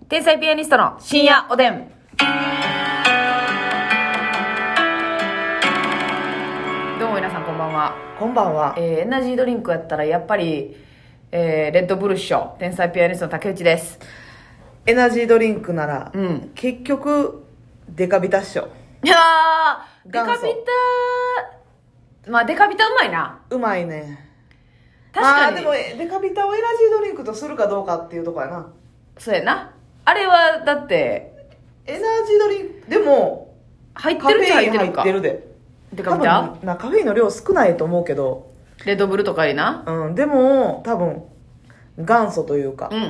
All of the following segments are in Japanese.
天才ピアニストの深夜おでん。どうも皆さんこんばんは。 こんばんは。 エナジードリンクやったらやっぱり、レッドブルッシュ天才ピアニストの竹内です。 エナジードリンクなら、 うん結局デカビタっしょ。 いやー、デカ元祖ビタ、まあデカビタうまいな。 うまいね。 確かに。 でもデカビタをエナジードリンクとするかどうかっていうとこやな。 そうやな。あれはだってエナジードリンクでも入っカフェてるっちゃ入イン入ってるか。 ってるで。 デカビタ多分カフェインの量少ないと思うけど、 レッドブルとかいいな。 でも多分元祖というか、 うんうんうん。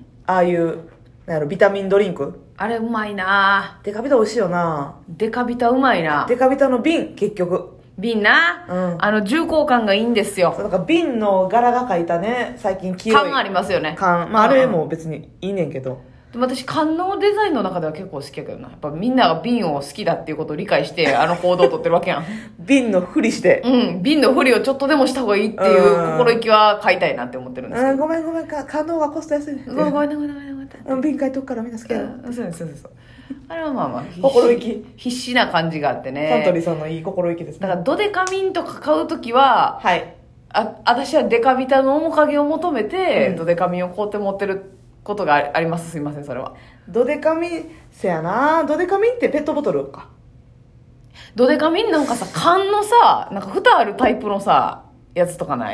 ああいうなんやろビタミンドリンク。 あれうまいな。 デカビタ美味しいよな。 デカビタうまいな。 デカビタの瓶結局。 瓶な、重厚感がいいんですよ。 なんか瓶の柄が描いたね、最近黄色い缶ありますよね。 缶。あれも別にいいねんけど。 でも私缶のデザインの中では結構好きやけどな。やっぱみんなが瓶を好きだっていうことを理解してあの行動を取ってるわけやん。 瓶のふりして。 瓶のふりをちょっとでもした方がいいっていう心意気は買いたいなって思ってるんですけど。 ごめん缶の方がコスト安いね。 ごめんごめんごめんごめん。 瓶買いとくからみんな好きやろ。 そうそう。あれはまあまあ心意気必死な感じがあってね。 サントリーさんのいい心意気ですね。 だからドデカミンとか買うときは、 はい。 私はデカビタの面影を求めて、 うんドデカミンを買うて持ってることがあります。すいません、それは。 ドデカミン、せやな。ドデカミンってペットボトルか。 ドデカミンなんかさ、缶のさ、なんか蓋あるタイプのさ、やつとかない？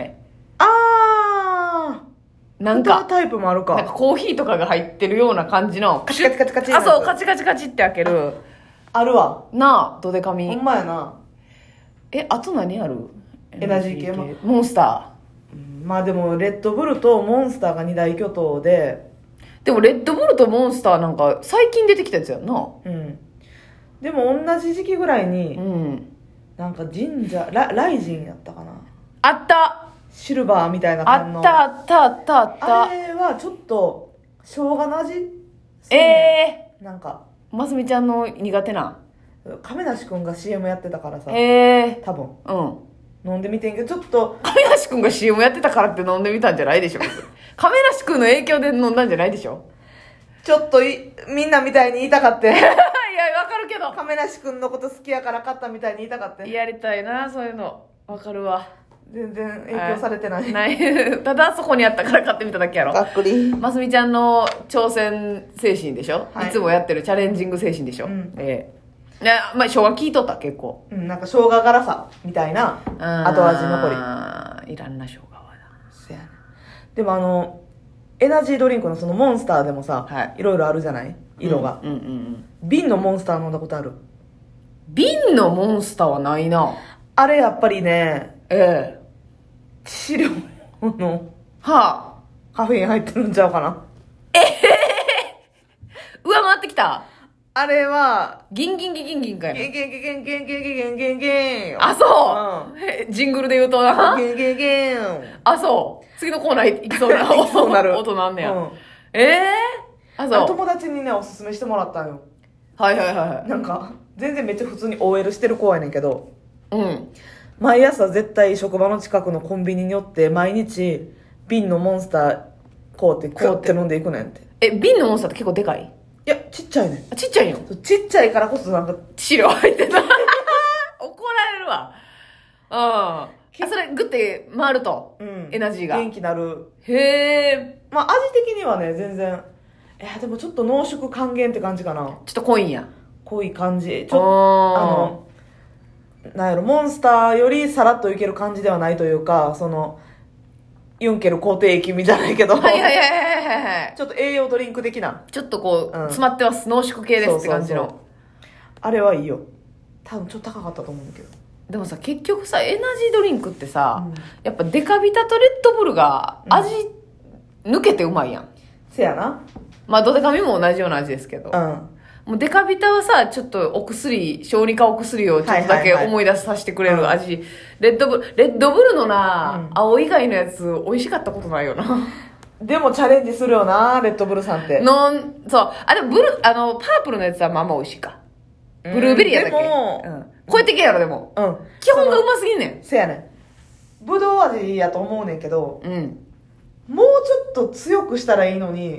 なんか、 タイプもあるか。 なんかコーヒーとかが入ってるような感じの、 カチカチカチカチ。 あ、そう、カチカチカチって開ける。 あるわ。 なあ、ドデカミン。 ほんまやな。 あと何ある？ エナジー系も。 モンスタまあでも、レッドブルとモンスターが二大巨頭で。 ー。でも、レッドブルとモンスターなんか、最近出てきたやつやんな。 でも、同じ時期ぐらいに、なんか神社、ライジンやったかな。 あったシルバーみたいなあ感の。 ったあったあったあったあれはちょっと生姜の味。なんかますみちゃんの苦手な。 亀梨くんが CM やってたからさ、多分飲んでみてんけど、ちょっと亀梨くんが CM やってたからって飲んでみたんじゃないでしょ。亀梨くんの影響で飲んだんじゃないでしょ。 ちょっとみんなみたいに言いたかっていやわかるけど、 亀梨くんのこと好きやから買ったみたいに言いたかってやりたいな、そういうの。わかるわ。 全然影響されてない、 ただそこにあったから買ってみただけやろ。 がっくり。 ますみちゃんの挑戦精神でしょ、いつもやってるチャレンジング精神でしょ。まあ生姜効いとった結構。 なんか生姜辛さみたいな後味残り。 いらんな生姜はな。 せやな。でもエナジードリンクのそのモンスターでもさ、いろいろあるじゃない、色が。瓶のモンスター飲んだことある？ 瓶のモンスターはないな。 あれやっぱりね、致死量のカフェイン入ってるんちゃうかな。 上回ってきた。 あれはギンギンギンギンギンかやな。 ゲンゲンゲンゲンゲンゲンゲンゲンゲン。 あ、そう、ジングルで言うとな。 ゲンゲンゲン。 あ、そう。次のコーナー行きそうなそうなる音なんねや。あ、そう。 友達にねおすすめしてもらったんよ。 はい。 なんか全然めっちゃ普通に OL してる子やねんけど、毎朝絶対職場の近くのコンビニに寄って毎日瓶のモンスターこうってクって飲んでいくねんって。 瓶のモンスターって結構でかい？ いやちっちゃいねん。 ちっちゃいよ。 ちっちゃいからこそなんか資料入ってた。怒られるわ。それグッて回ると、エナジーが元気なる。 へえ。 まあ味的にはね全然でもちょっと濃縮還元って感じかな。 ちょっと濃いんや。 濃い感じ。ちょっとなんやろ、モンスターよりさらっといける感じではないというか、そのユンケル肯定液みたいないけど、 はいちょっと栄養ドリンク的な、 ちょっとこう、詰まってます、濃縮系ですって感じの。 そうあれはいいよ。多分ちょっと高かったと思うんだけど。 でもさ、結局さ、エナジードリンクってさ、やっぱデカビタとレッドブルが味抜けてうまいやん。 せやな。 まあドデカミも同じような味ですけど、もうデカビタはさ、ちょっとお薬、小児科お薬をちょっとだけ思い出させてくれる味。レッドブルのな、青以外のやつ美味しかったことないよな。 でもチャレンジするよな、レッドブルさんって。 そう。あれ、パープルのやつはまあまあ美味しいか。ブルーベリーやったっけ？ でも、 こうやってけやろ、でも。基本がうますぎんねん。 せやねん。ぶどう味やと思うねんけど、 もうちょっと強くしたらいいのに、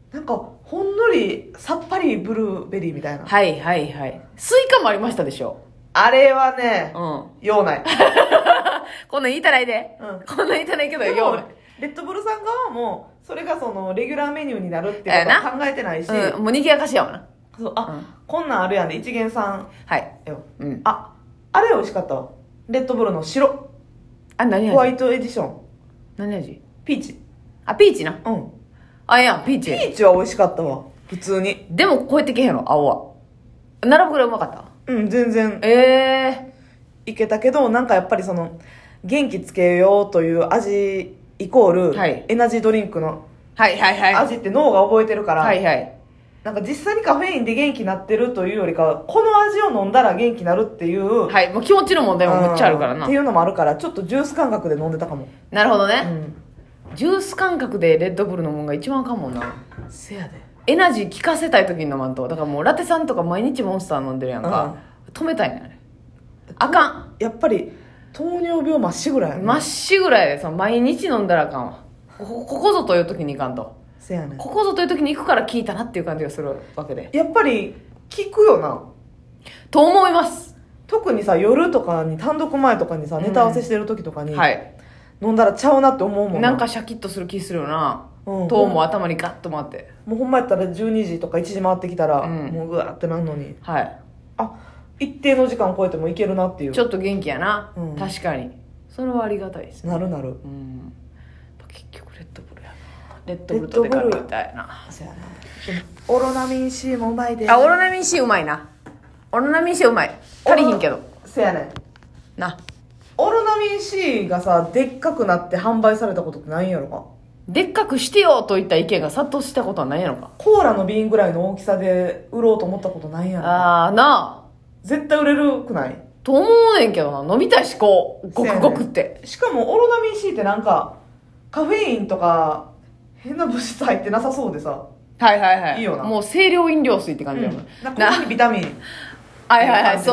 なんかほんのりさっぱりブルーベリーみたいな。 はいはいはい。スイカもありましたでしょ。 あれはね、用ない。 こんなん言いたないで。こんなん言いたないけど、用ない。 レッドブルさん側も、それがその、レギュラーメニューになるっていうことは考えてないし。 もう賑やかしやわな。 そう、こんなんあるやんね、一元さん。 はい。 あれ美味しかったわ。レッドブルの白。 何味？ ホワイトエディション。 何味？ ピーチ。 ピーチな。いや、ピーチ。 ピーチは美味しかったわ。普通に。 でも、超えてけへんの、青は。並ぶぐらいうまかった？ 全然。いけたけど、なんかやっぱりその、元気つけようという味イコール、エナジードリンクの味って脳が覚えてるから、なんか実際にカフェインで元気になってるというよりか、この味を飲んだら元気になるっていう、 もう気持ちの問題もめっちゃあるからな。 っていうのもあるから、ちょっとジュース感覚で飲んでたかも。 なるほどね。ジュース感覚でレッドブルのもんが一番あかんもんな。 せやで。 エナジー効かせたい時に飲まんと。だからもうラテさんとか毎日モンスター飲んでるやんか。止めたいねん、あれ。あかん。 やっぱり、糖尿病まっしぐらいやね。 まっしぐらいで、毎日飲んだらあかんわ。ここぞという時に行かんと。 せやね。 ここぞという時に行くから効いたなっていう感じがするわけで。 やっぱり、効くよな。 と思います。 特にさ、夜とかに、単独前とかにさ、ネタ合わせしてる時とかに、飲んだらちゃうなって思うもんな。なんかシャキッとする気するよな。糖も頭にガッと回って。 もうほんまやったら12時とか1時回ってきたら、もうぐわーってなんのに。一定の時間超えてもいけるなっていう。 ちょっと元気やな。確かに。それはありがたいですね。 なる。 結局レッドブルやな。レッドブルとデカビみたいな。 そうやな。オロナミン C もうまいで。 オロナミン C うまいな。オロナミン C うまい。足りひんけど。 せやねん。オロナミン C がさ、でっかくなって販売されたことってないんやろか。 でっかくしてよといった意見が殺到したことはないやろか。 コーラの瓶ぐらいの大きさで売ろうと思ったことないやろか。絶対売れるくない？ と思うねんけどな。飲みたいし、こう、ごくごくって。 しかもオロナミン C ってなんか、カフェインとか、変な物質入ってなさそうでさ。いいよな。 もう清涼飲料水って感じやもん。 なんかここにビタミン。 そう。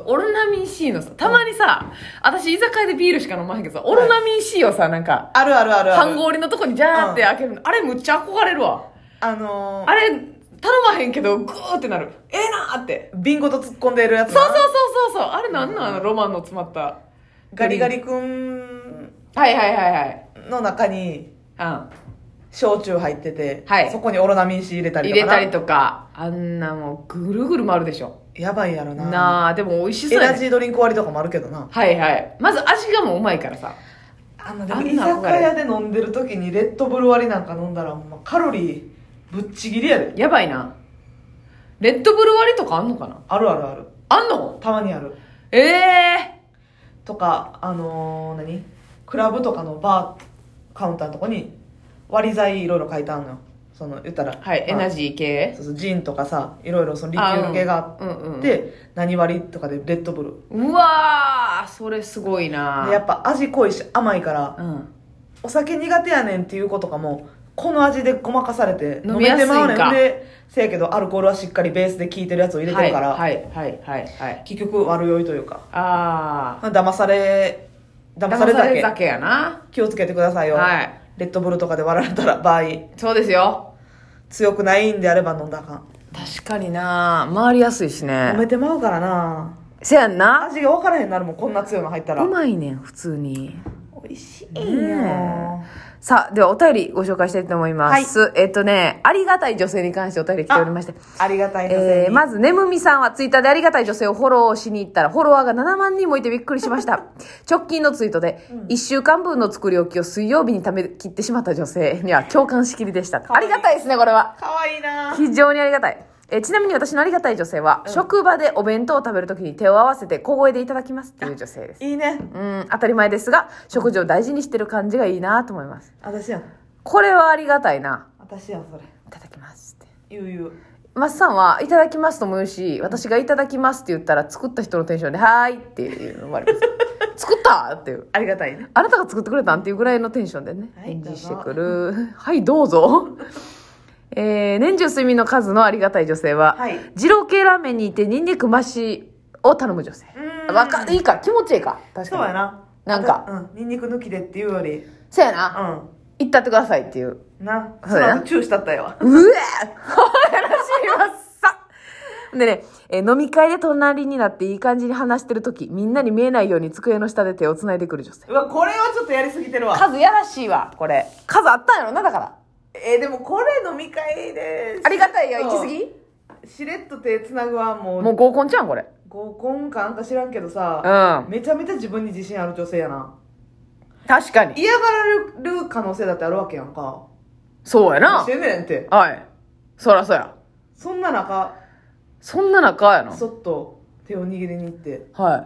オロナミン C のさ、たまにさ、私居酒屋でビールしか飲まへんけどさ、オロナミン C をさ、なんか、半氷のとこにジャーって開けるの。あれむっちゃ憧れるわ。あれ、頼まへんけど、グーってなる。なーって。 瓶ごと突っ込んでるやつ。 そう。あれなんなんロマンの詰まった。 ガリガリ君。の中に、焼酎入ってて、そこにオロナミン C 入れたりとか。 あんなもう、ぐるぐる回るでしょ。 やばいやろな。 でも美味しそうやね。エナジードリンク割りとかもあるけどな。 まず味がもううまいからさ。 でも居酒屋で飲んでる時にレッドブル割りなんか飲んだら、カロリー、ぶっちぎりやで。 やばいな。レッドブル割りとかあんのかな？ ある。 あんの？ たまにある。とか、クラブとかのバーカウンターのとこに割り剤いろいろ書いてあるのよ。言ったら。 エナジー系？ ジンとかさ、いろいろリキュール系があって、何割りとかでレッドブル。 うわー、それすごいな。 やっぱ味濃いし甘いから、お酒苦手やねんっていう子とかも、この味でごまかされて飲めてまうねんで、せやけどアルコールはしっかりベースで効いてるやつを入れてるから、結局悪酔いというか、騙され酒やな。 気をつけてくださいよ。レッドブルとかで割られたら場合。 そうですよ。 強くないんであれば飲んだらあかん。 確かにな。回りやすいしね。 飲めてまうからな。 せやんな。 味が分からへんなるもん、こんな強いの入ったら。 うまいねん、普通に。 美味しいよ。 さあ、ではお便りご紹介したいと思います。ありがたい女性に関してお便り来ておりまして。 ありがたい女性に。 まず、ねむみさんはツイッターでありがたい女性をフォローしに行ったら、フォロワーが7万人もいてびっくりしました。直近のツイートで、1週間分の作り置きを水曜日に食べきってしまった女性には共感しきりでした。ありがたいですね、これは。 かわいいな。 非常にありがたい。ちなみに私のありがたい女性は、職場でお弁当を食べるときに手を合わせて小声でいただきますっていう女性です。 いいね。 当たり前ですが、食事を大事にしてる感じがいいなと思います。 私やん。 これはありがたいな。 私やん、それ。いただきますって。 言う。 マスさんはいただきますとも言うし、私がいただきますって言ったら作った人のテンションで、はーいっていうのもあります。作ったっていう。 ありがたいね。 あなたが作ってくれたんっていうぐらいのテンションでね、返事してくる。はい、どうぞ。年中睡眠の数のありがたい女性は、二郎系ラーメンにいてニンニク増しを頼む女性。いいか、気持ちいいか。確かに。 そうやな。 なんか。 ニンニク抜きでっていうより。 そうやな。 行ったってくださいっていう。 な。 そうやなその後チューしたったよ。 うえやらしいわっさ。でね、飲み会で隣になっていい感じに話してるとき、みんなに見えないように机の下で手を繋いでくる女性。 うわ、これはちょっとやりすぎてるわ。 数やらしいわ、これ。数あったんやろな、だから。 でもこれ飲み会で。 ありがたいよ、行き過ぎしれっと手つなぐはもう。 もう合コンちゃうん、これ。 合コンかなんか知らんけどさ、めちゃめちゃ自分に自信ある女性やな。 確かに。 嫌がられる可能性だってあるわけやんか。 そうやな。 してんねんって。 はい。そらそうや。 そんな中やな。 そっと手を握りに行って。 はい。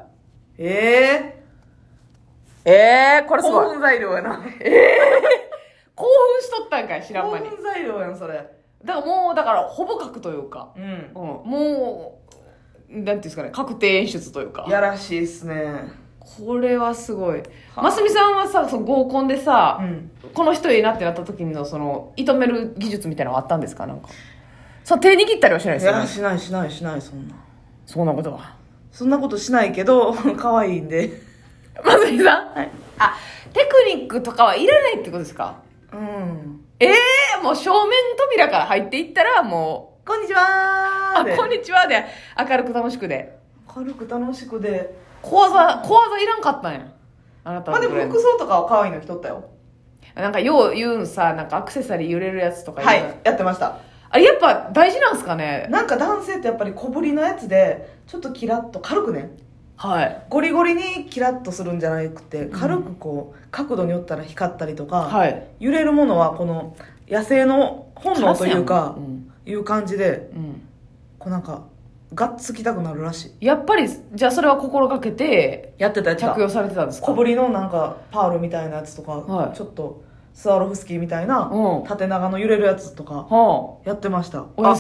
これすごい。 興奮材料やな。 興奮しとったんかい、知らん間に。 興奮材料やん、それ。 だからほぼ確というか、もう、なんていうんですかね、確定演出というか。 やらしいっすね。 これはすごい。ますみさんはさ、その合コンでさ、この人いいなってなった時の、その、射止める技術みたいなのはあったんですかなんか。そう、手握ったりはしないですよね。 いや、しない、そんな。 そんなことは。 そんなことしないけど、可愛いんで。 ますみさん、 はい。 テクニックとかはいらないってことですか？もう正面扉から入っていったらもう、こんにちはー。 こんにちはで、明るく楽しくで。 明るく楽しくで。 小技いらんかったんや。あなたのでも服装とかは可愛いの着とったよ。 なんかよう言うんさ、なんかアクセサリー揺れるやつとかはい、やってました。 あれやっぱ大事なんすかね？ なんか男性ってやっぱり小ぶりのやつで、ちょっとキラッと軽くね。 はい。 ゴリゴリにキラッとするんじゃなくて、軽くこう、角度によったら光ったりとか、 はい、 揺れるものはこの野生の本能というか、いう感じで、こうなんか、がっつきたくなるらしい。 やっぱり、じゃあそれは心がけて、 やってたやつ着用されてたんですか？ 小ぶりのなんか、パールみたいなやつとか、ちょっと、スワロフスキーみたいな、縦長の揺れるやつとか、やってました。